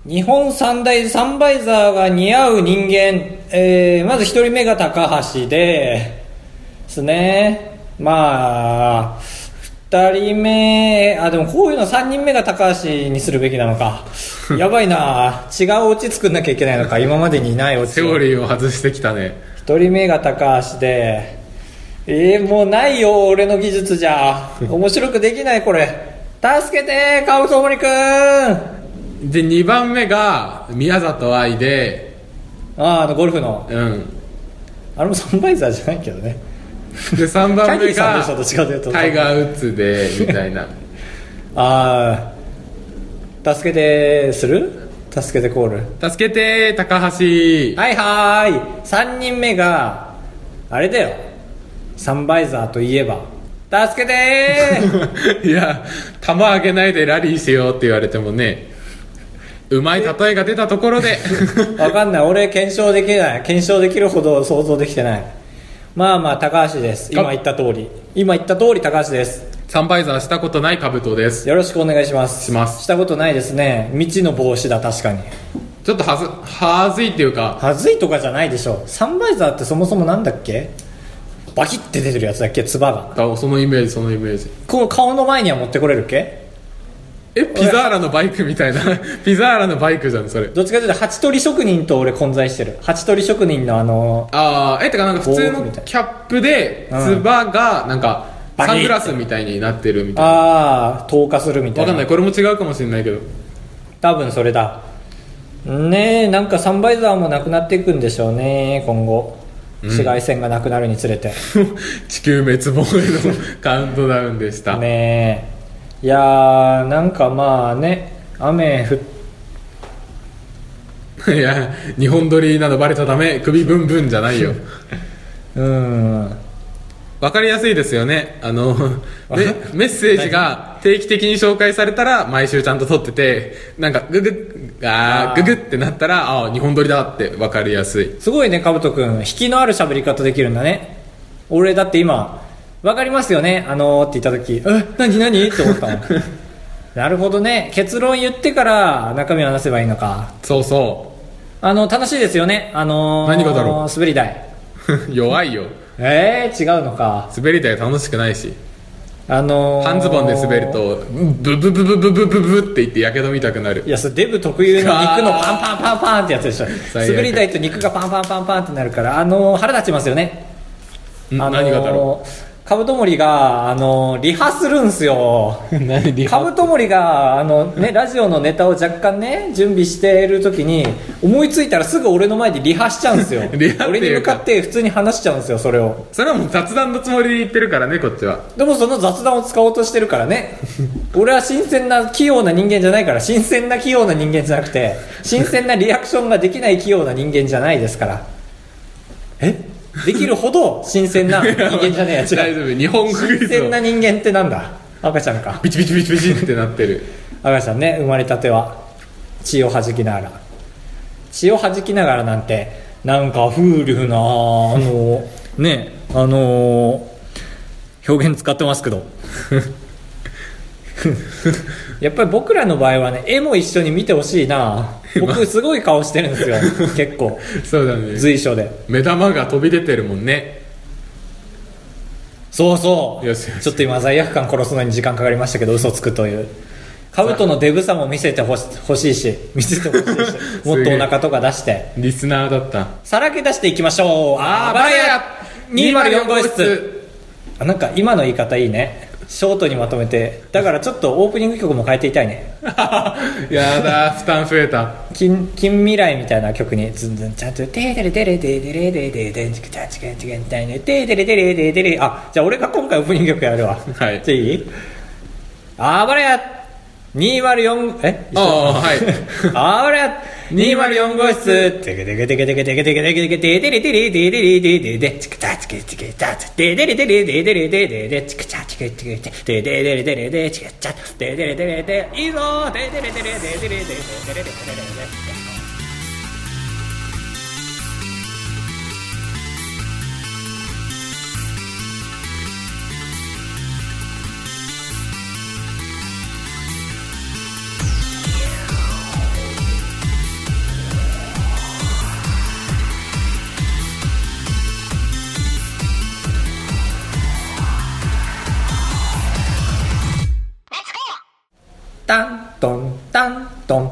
日本三大サンバイザーが似合う人間、まず一人目が高橋ですね。まあ二人目、でもこういうの三人目が高橋にするべきなのかやばいな、違うオチ作んなきゃいけないのか、今までにないオチ。 セオリーを外してきたね。 一人目が高橋で、もうないよ俺の技術じゃ面白くできない。これ助けてカブトモリくんで2番目が宮里藍で、 ゴルフの、あれもサンバイザーじゃないけどね。 で3番目がタイガー・ウッズでみたいな助けてする、助けてコール、 助けて高橋。 はい3人目があれだよ、サンバイザーといえば助けていや球上げないでラリーしようって言われてもね、うまい例えが出たところでわかんない、俺検証できるほど想像できてない。まあ高橋です。今言った通り高橋です。 サンバイザーしたことない兜です。 よろしくお願いします。したことないですね。未知の帽子だ。確かにちょっとはずいっていうか、 はずいとかじゃないでしょ。サンバイザーってそもそもなんだっけ、バキって出てるやつだっけ、つばが。 そのイメージ。 この顔の前には持ってこれるっけ。 ピザーラのバイクみたいなピザーラのバイクじゃんそれ。 どっちかというとハチ取り職人と俺混在してる。ハチ取り職人のてかなんか普通のキャップでつばがなんかサングラスみたいになってるみたいな。 透過するみたいな。 わかんない、これも違うかもしれないけど多分それだね。なんかサンバイザーもなくなっていくんでしょうね今後、紫外線がなくなるにつれて地球滅亡へのカウントダウンでしたね。いやーなんかまあね、雨降っいや日本撮りなどバレたため首ブンブンじゃないよわかりやすいですよね。メッセージが定期的に紹介されたら毎週ちゃんと撮ってて、なんかググってなったら日本撮りだってわかりやすい。 すごいね、かぶとくん引きのある喋り方できるんだね。俺だって今わかりますよねって言った時何って思ったもんなるほどね、結論言ってから中身を話せばいいのか。 そう楽しいですよね。 何がだろう、 滑り台弱いよ。 違うのか。 滑り台楽しくないし、 半ズボンで滑るとブブブブブブブブって言ってやけど見たくなる。 いやそれデブ特有の肉のパンパンパンパンってやつでしょ。滑り台と肉がパンパンパンパンってなるから腹立ちますよね。 何がだろう。 カブトモリがリハするんすよカブトモリがラジオのネタを若干ね準備している時に思いついたらすぐ俺の前でリハしちゃうんですよ俺に向かって普通に話しちゃうんですよ。それはもう雑談のつもりで言ってるからねこっちは。 でもその雑談を使おうとしてるからね俺は新鮮な器用な人間じゃないから。新鮮な器用な人間じゃなくて新鮮なリアクションができない器用な人間じゃないですから。できるほど新鮮な人間じゃねえやつ大丈夫。日本クイズ新鮮な人間ってなんだ。赤ちゃんか。 ビチビチビチビチってなってる赤ちゃんね、生まれたては血を弾きながらなんてなんか風流な表現使ってますけどやっぱり僕らの場合はね絵も一緒に見てほしいな。僕すごい顔してるんですよ結構そうだね、 随所で目玉が飛び出てるもんね。 そうちょっと今罪悪感殺すのに時間かかりましたけど嘘つくというカブトのデブさも見せてほしいしもっとお腹とか出してリスナーだった。 さらけ出していきましょう。 バラヤ 204号室。なんか今の言い方いいね。ショートにまとめて。だからちょっとオープニング曲も変えていたいねやだ負担増えた。 近未来みたいな曲にずんずんちゃんとテーテレテレテーテレテレテーテレテレテレテレテレテレテレテレテレ。じゃあ俺が今回オープニング曲やるわ。 はい。 じゃあいい？バラヤ204はい204号室テケテケテケテケテケテケテケテケテテレテレテレテレテレテチクチャチクチクチャテテレテレテレテレテチクチャチクチクテテレテレテチクチャテテレテレテいいぞテテレテレテテレテレテレテレテレ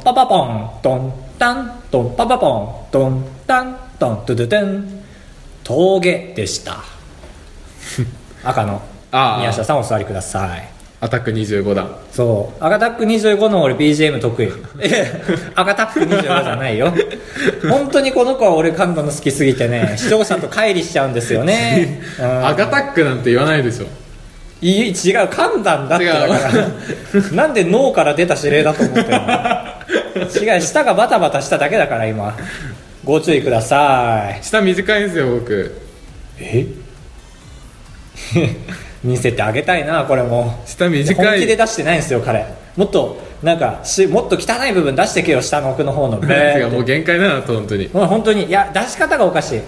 パパポントンタントンパパポントンタントントゥトゥトゥン峠でした赤の宮下さんお座りください。 アタック25だ。 そう赤タック25の俺 BGM 得意赤タック25じゃないよ本当にこの子は俺噛んだの好きすぎてね視聴者と乖離しちゃうんですよね、 赤タックなんて言わないでしょ。 違う噛んだんだってだからなんで脳から出た指令だと思ってるの違う舌がバタバタしただけだから今ご注意ください。 舌短いんですよ僕。 見せてあげたいなこれも。 舌短い。 本気で出してないんですよ彼。もっとなんかもっと汚い部分出してけよ下の奥の方の違うもう限界だなと本当に。 本当にいや出し方がおかしい。違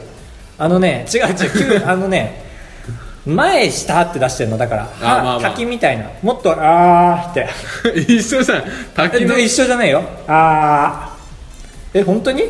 う前下って出してるのだから滝みたいなもっとって一緒じゃん滝の一緒じゃないよ本当に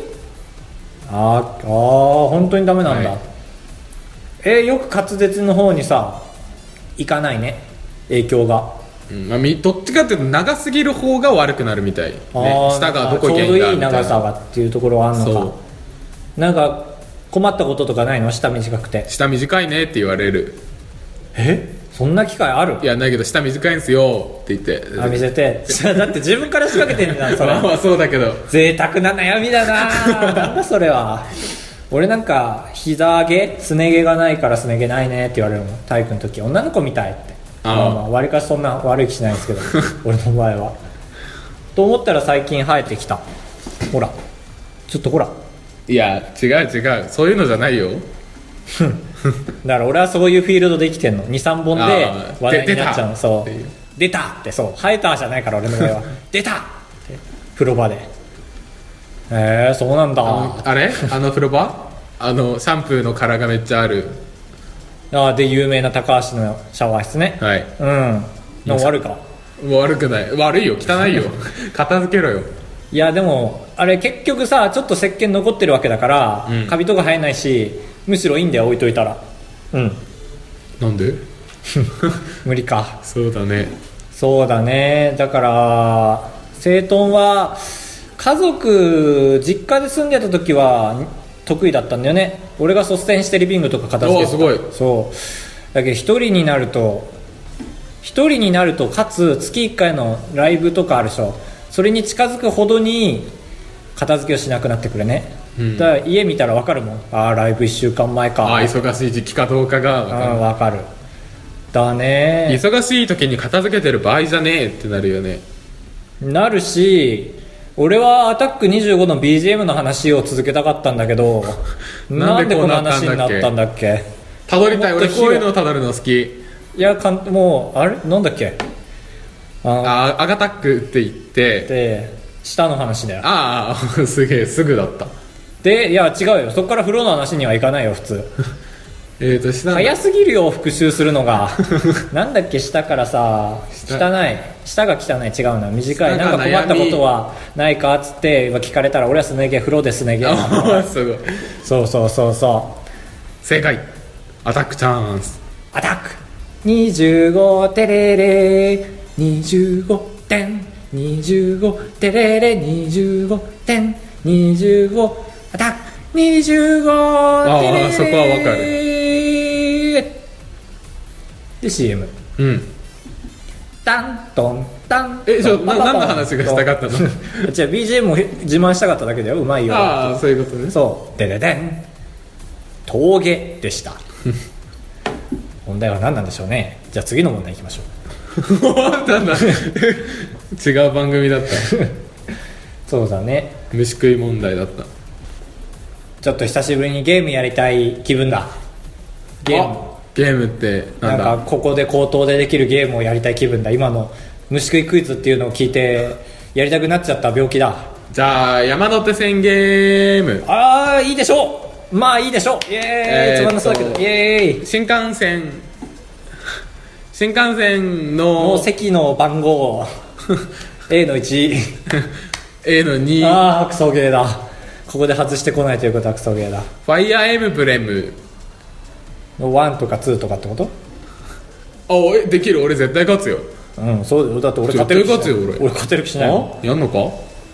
本当にダメなんだ、はい、よく滑舌の方にさいかないね影響が、 どっちかっていうと長すぎる方が悪くなるみたい、ね、下がどこ原因だみたいな。ちょうどいい長さがっていうところはあるのか。なんか困ったこととかないの？下短くて。 下短いねって言われる。 そんな機会ある？ いやないけど下短いんですよって言って見せてだって自分から仕掛けてんじゃんそれまあそうだけど贅沢な悩みだななんだそれは。俺なんか膝毛すね毛がないからすね毛ないねって言われるもん体育の時。女の子みたいってわりかしそんな悪い気しないんですけど俺の場合はと思ったら最近生えてきた。ほらちょっとほら。 いや違うそういうのじゃないよだから俺はそういうフィールドで生きてんの。 2,3 本で話題になっちゃうの。そう出たってそう生えたじゃないから俺の場合は出たって風呂場でそうなんだ。 あれ風呂場シャンプーの殻がめっちゃあるで有名な高橋のシャワー室ね。 はい悪いか。 悪くない悪いよ汚いよ片付けろよ。 いやでもあれ結局さちょっと石鹸残ってるわけだから、カビとか生えないしむしろいいんだよ置いといたら。 なんで無理か。 そうだね。だから整頓は家族実家で住んでた時は得意だったんだよね。俺が率先してリビングとか片付けてた。 すごい。 そうだけど一人になるとかつ月1回のライブとかあるでしょ。それに近づくほどに片付けをしなくなってくるね、だから家見たら分かるもん。ライブ1週間前か。 忙しい時期かどうかが分かるだね。 忙しい時に片付けてる場合じゃねえってなるよね。 なるし俺はアタック25の BGM の話を続けたかったんだけどなんでこの話になったんだっけ。 たどりたい。俺こういうのをたどるの好き。 いやもうあれなんだっけ。 アガタックって言ってで下の話だよ。 すげえすぐだった。 でいや違うよそっから風呂の話にはいかないよ普通早すぎるよ復習するのがなんだっけ下からさ汚い下が汚い違うな短いなんか困ったことはないかっつって聞かれたら俺はすね毛風呂ですね毛すごいそう正解アタックチャンスアタック25テレレ25点25テレレ25点25アタック25テレレそこはわかるで CM タントンタン何の話がしたかったの違う BGM を自慢したかっただけだよ。うまいよ。 そういうことね。 そうデレデン峠でした問題は何なんでしょうね。じゃあ次の問題いきましょうなんだ違う番組だったそうだね飯食い問題だった。 ちょっと久しぶりにゲームやりたい気分だ。 ゲームってなんだ。 なんかここで口頭でできるゲームをやりたい気分だ。今の虫食いクイズっていうのを聞いてやりたくなっちゃった病気だ。 じゃあ山手線ゲーム。 いいでしょう。まあいいでしょう。イエーイ、つまんなそうだけどイエーイ。 新幹線の席の番号A の1 A の2。 クソゲーだ。ここで外してこないということはクソゲーだ。 ファイアーエムブレムの1とか2とかってこと？ できる。俺絶対勝つよ。 そうだって俺勝てる気しない。 俺勝てる気しない。やんのか？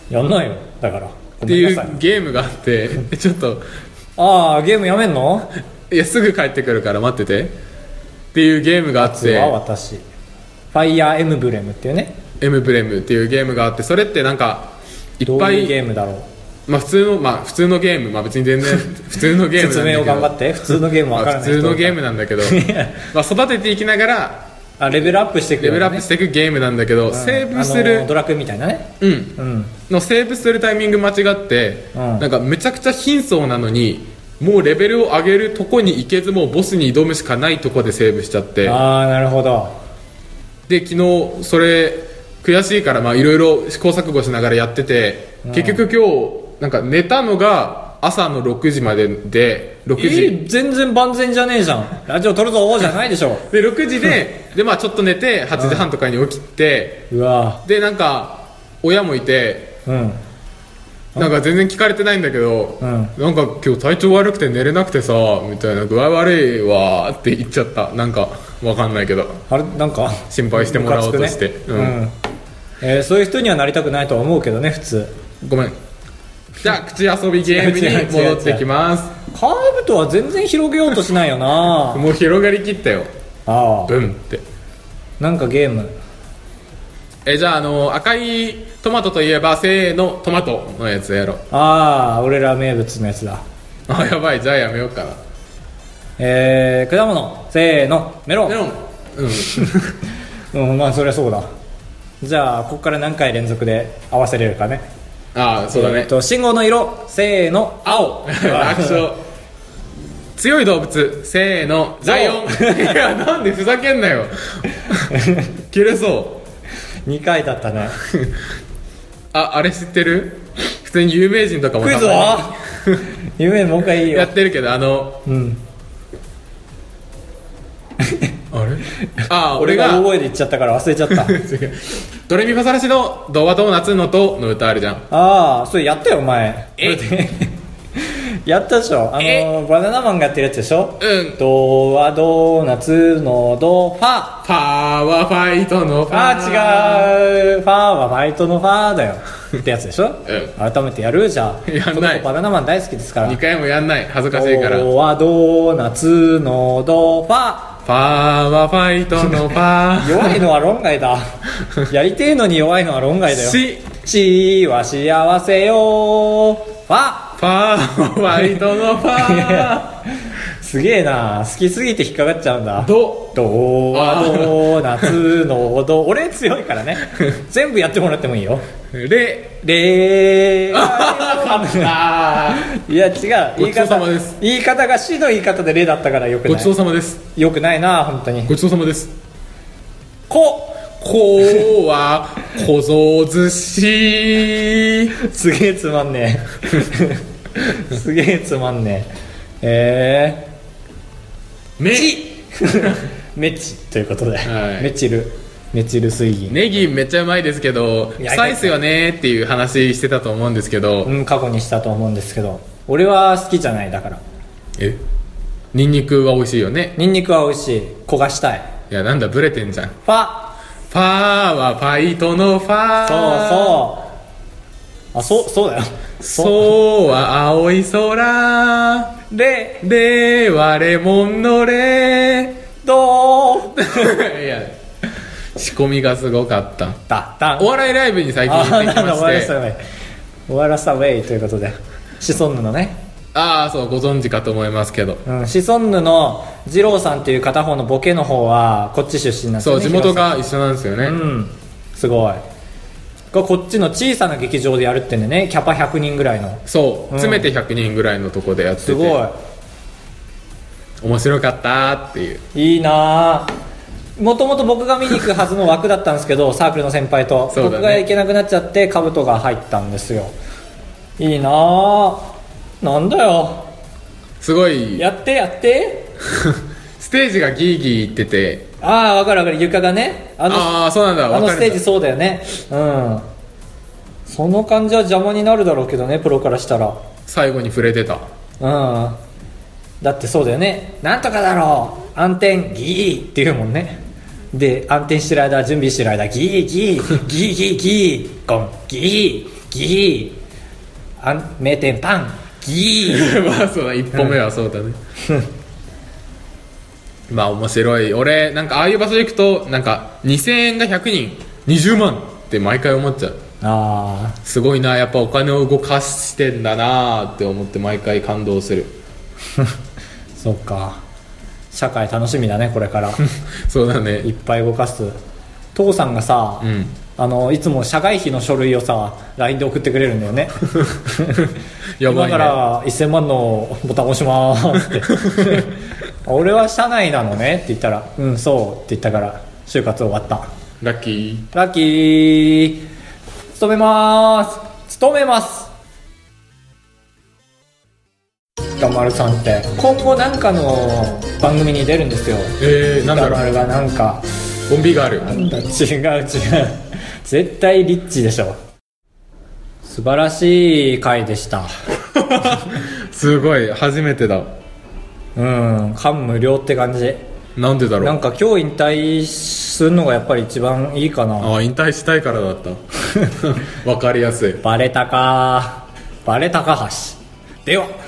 やんないよだからっていうゲームがあってちょっとああゲームやめんの？ いやすぐ帰ってくるから待っててっていうゲームがあって私ファイヤーエムブレムっていうねエムブレムっていうゲームがあって、それってなんかいっぱいどういうゲームだろう。 普通のゲーム、別に全然普通のゲームなんだけど説明を頑張って普通のゲーム分からない普通のゲームなんだけど育てていきながらレベルアップしていく、ね、 レベルアップしていくゲームなんだけど、セーブするドラクエみたいなねのセーブするタイミング間違って、なんかめちゃくちゃ貧相なのにもうレベルを上げるとこに行けず、もうボスに挑むしかないとこでセーブしちゃって、 ああなるほど。 で昨日それ悔しいからいろいろ試行錯誤しながらやってて、結局今日なんか寝たのが朝の6時までで6時、 全然万全じゃねえじゃん。ラジオ撮るぞじゃないでしょで6時でちょっと寝て8時半とかに起きて、 うわでなんか親もいて、なんか全然聞かれてないんだけど、なんか今日体調悪くて寝れなくてさみたいな、具合悪いわって言っちゃった。なんかわかんないけど、 あれなんか心配してもらおうとして、 そういう人にはなりたくないとは思うけどね普通。 ごめん。じゃあ口遊びゲームに戻ってきます。 カーブとは全然広げようとしないよなもう広がりきったよ。ブンってなんかゲームじゃあ赤いトマトといえばせーのトマトのやつやろう。 俺ら名物のやつだ。 やばい、じゃあやめようかな。 果物せーのメロン。まあそりゃそうだ。じゃあここから何回連続で合わせれるかね。 そうだね。 信号の色せーの青楽勝強い動物せーのライオンいやなんでふざけんなよ切れそう 2回だったねあれ知ってる？普通に有名人とかもクイズは有名もう一回いいよ。 やってるけどあれ俺が大声で言っちゃったから忘れちゃったドレミファソラシドドはドーナツのとの歌あるじゃん。 それやったよお前。やったでしょ。バナナマンがやってるやつでしょ。ドはドーナツのドファはファイトのファ違う。ファはファイトのファだよってやつでしょ。改めてやるじゃん。 やんない。 バナナマン大好きですから 2回もやんない。恥ずかしいから。 ドはドーナツのドファはファイトのファ弱いのは論外だやりてえのに弱いのは論外だよ。しは幸せよファはファイトのファすげえな、好きすぎて引っかかっちゃうんだ。 ドはドーナツのド俺強いからね全部やってもらってもいいよ。 レいや違う、 ごちそうさまです。 言い方が死の言い方でレだったからよくない。 ごちそうさまです。 よくないな本当に。 ごちそうさまです。 こは小僧寿司すげえつまんねえすげえつまんねえ。メチということで、メチル水銀。 ネギめっちゃうまいですけど臭いっすよねっていう話してたと思うんですけど、 過去にしたと思うんですけど俺は好きじゃない。だからニンニクは美味しいよね。 ニンニクは美味しい。焦がしたい。 いやなんだブレてんじゃん。 ファはファイトのファそうだよ。 そうは青い空レはレモンのレドいや仕込みがすごかった。お笑いライブに最近行ってきましてお笑さウェイということでシソンヌのね。 そうご存知かと思いますけど、 シソンヌの二郎さんっていう片方のボケの方はこっち出身なんですよね。 そう地元が一緒なんですよね。 すごい。こっちの小さな劇場でやるってんでね、キャパ100人ぐらいの。 詰めて100人ぐらいのとこでやってて、 すごい面白かったっていう。 いいな。もともと僕が見に行くはずの枠だったんですけどサークルの先輩と、僕が行けなくなっちゃって兜が入ったんですよ。いいな。なんだよすごいやってステージがギーギーいってて、 分かる床がね、 そうなんだ。 ステージそうだよね。その感じは邪魔になるだろうけどね、プロからしたら。 最後に触れてた。 だってそうだよね。なんとかだろう暗転ギーって言うもんね。で暗転してる間準備してる間ギーギーギーギーギーゴンギーギギー名店パンギーまあそうだ、一歩目はそうだね、まあ面白い。俺なんかああいう場所行くとなんか2000円が100人20万って毎回思っちゃう。 ああすごいな、やっぱお金を動かしてんだなって思って毎回感動するそっか、社会楽しみだねこれからそうだね。 いっぱい動かす。父さんがさ、いつも社外費の書類をさ LINE で送ってくれるんだよねやばいね。 今から1000万のボタン押しますって俺は社内なのねって言ったらうんそうって言ったから就活終わった。 ラッキー。 ラッキー。勤めます歌丸さんって今後なんかの番組に出るんですよ。 なんだろう。 歌丸がなんかボンビーがある。 なんだ違う絶対リッチでしょ。素晴らしい回でしたすごい初めてだ。 感無量って感じ。 なんでだろう。 なんか今日引退するのがやっぱり一番いいかな。 ああ、引退したいからだったわかりやすい。 バレたか橋では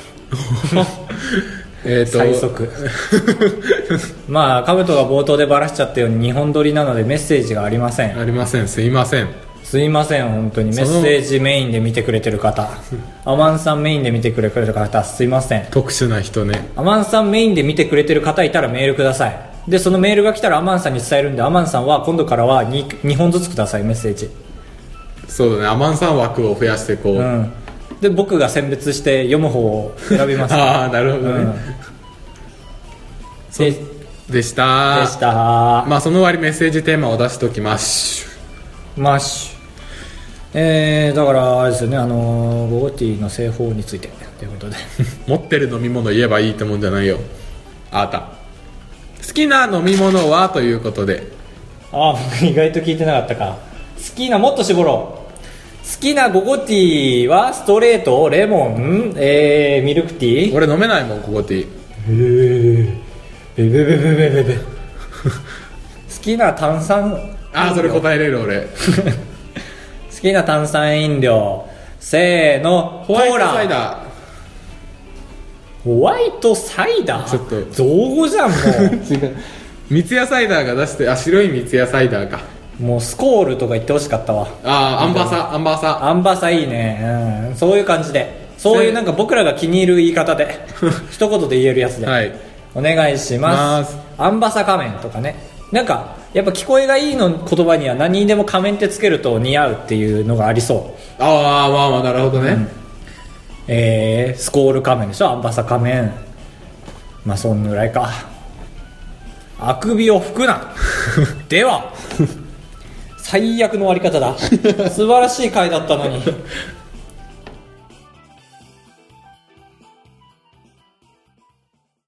最速まあカブトが冒頭でバラしちゃったように2本撮りなのでメッセージがありません。 ありません。すいません本当にメッセージメインで見てくれてる方アマンさんメインで見てくれてる方すいません。 特殊な人ね。 アマンさんメインで見てくれてる方いたらメールください。でそのメールが来たらアマンさんに伝えるんで、アマンさんは今度からは 2本ずつくださいメッセージ。 そうだね、アマンさん枠を増やしてこう、 で僕が選別して読む方を選びますああなるほどね、でしたまあその割メッセージテーマを出しときますマッシュ。だからあれですよね、ゴゴティーの製法についてということで持ってる飲み物言えばいいってもんじゃないよ。あった好きな飲み物はということで。 僕意外と聞いてなかったか。好きなもっと絞ろう。好きなゴゴティーはストレート、レモン、ミルクティー。 俺飲めないもんゴゴティー。好きな炭酸。 それ答えれる俺好きな炭酸飲料、せーの、 ホワイトサイダー。 ホワイトサイダー、 ちょっと造語じゃんもう違う、三ツ矢サイダーが出して、白い三ツ矢サイダーか。 もうスコールとか言ってほしかったわ。 アンバサいいね、そういう感じで、そういうなんか僕らが気に入る言い方で一言で言えるやつで、 はい、 お願いします。アンバサ仮面とかね、なんかやっぱ聞こえがいいの言葉には何にでも仮面ってつけると似合うっていうのがありそう。 まあなるほどね、 スコール仮面でしょ、アンバサ仮面。まあそんぐらいか。あくびを吹くなでは最悪の終わり方だ素晴らしい回だったのに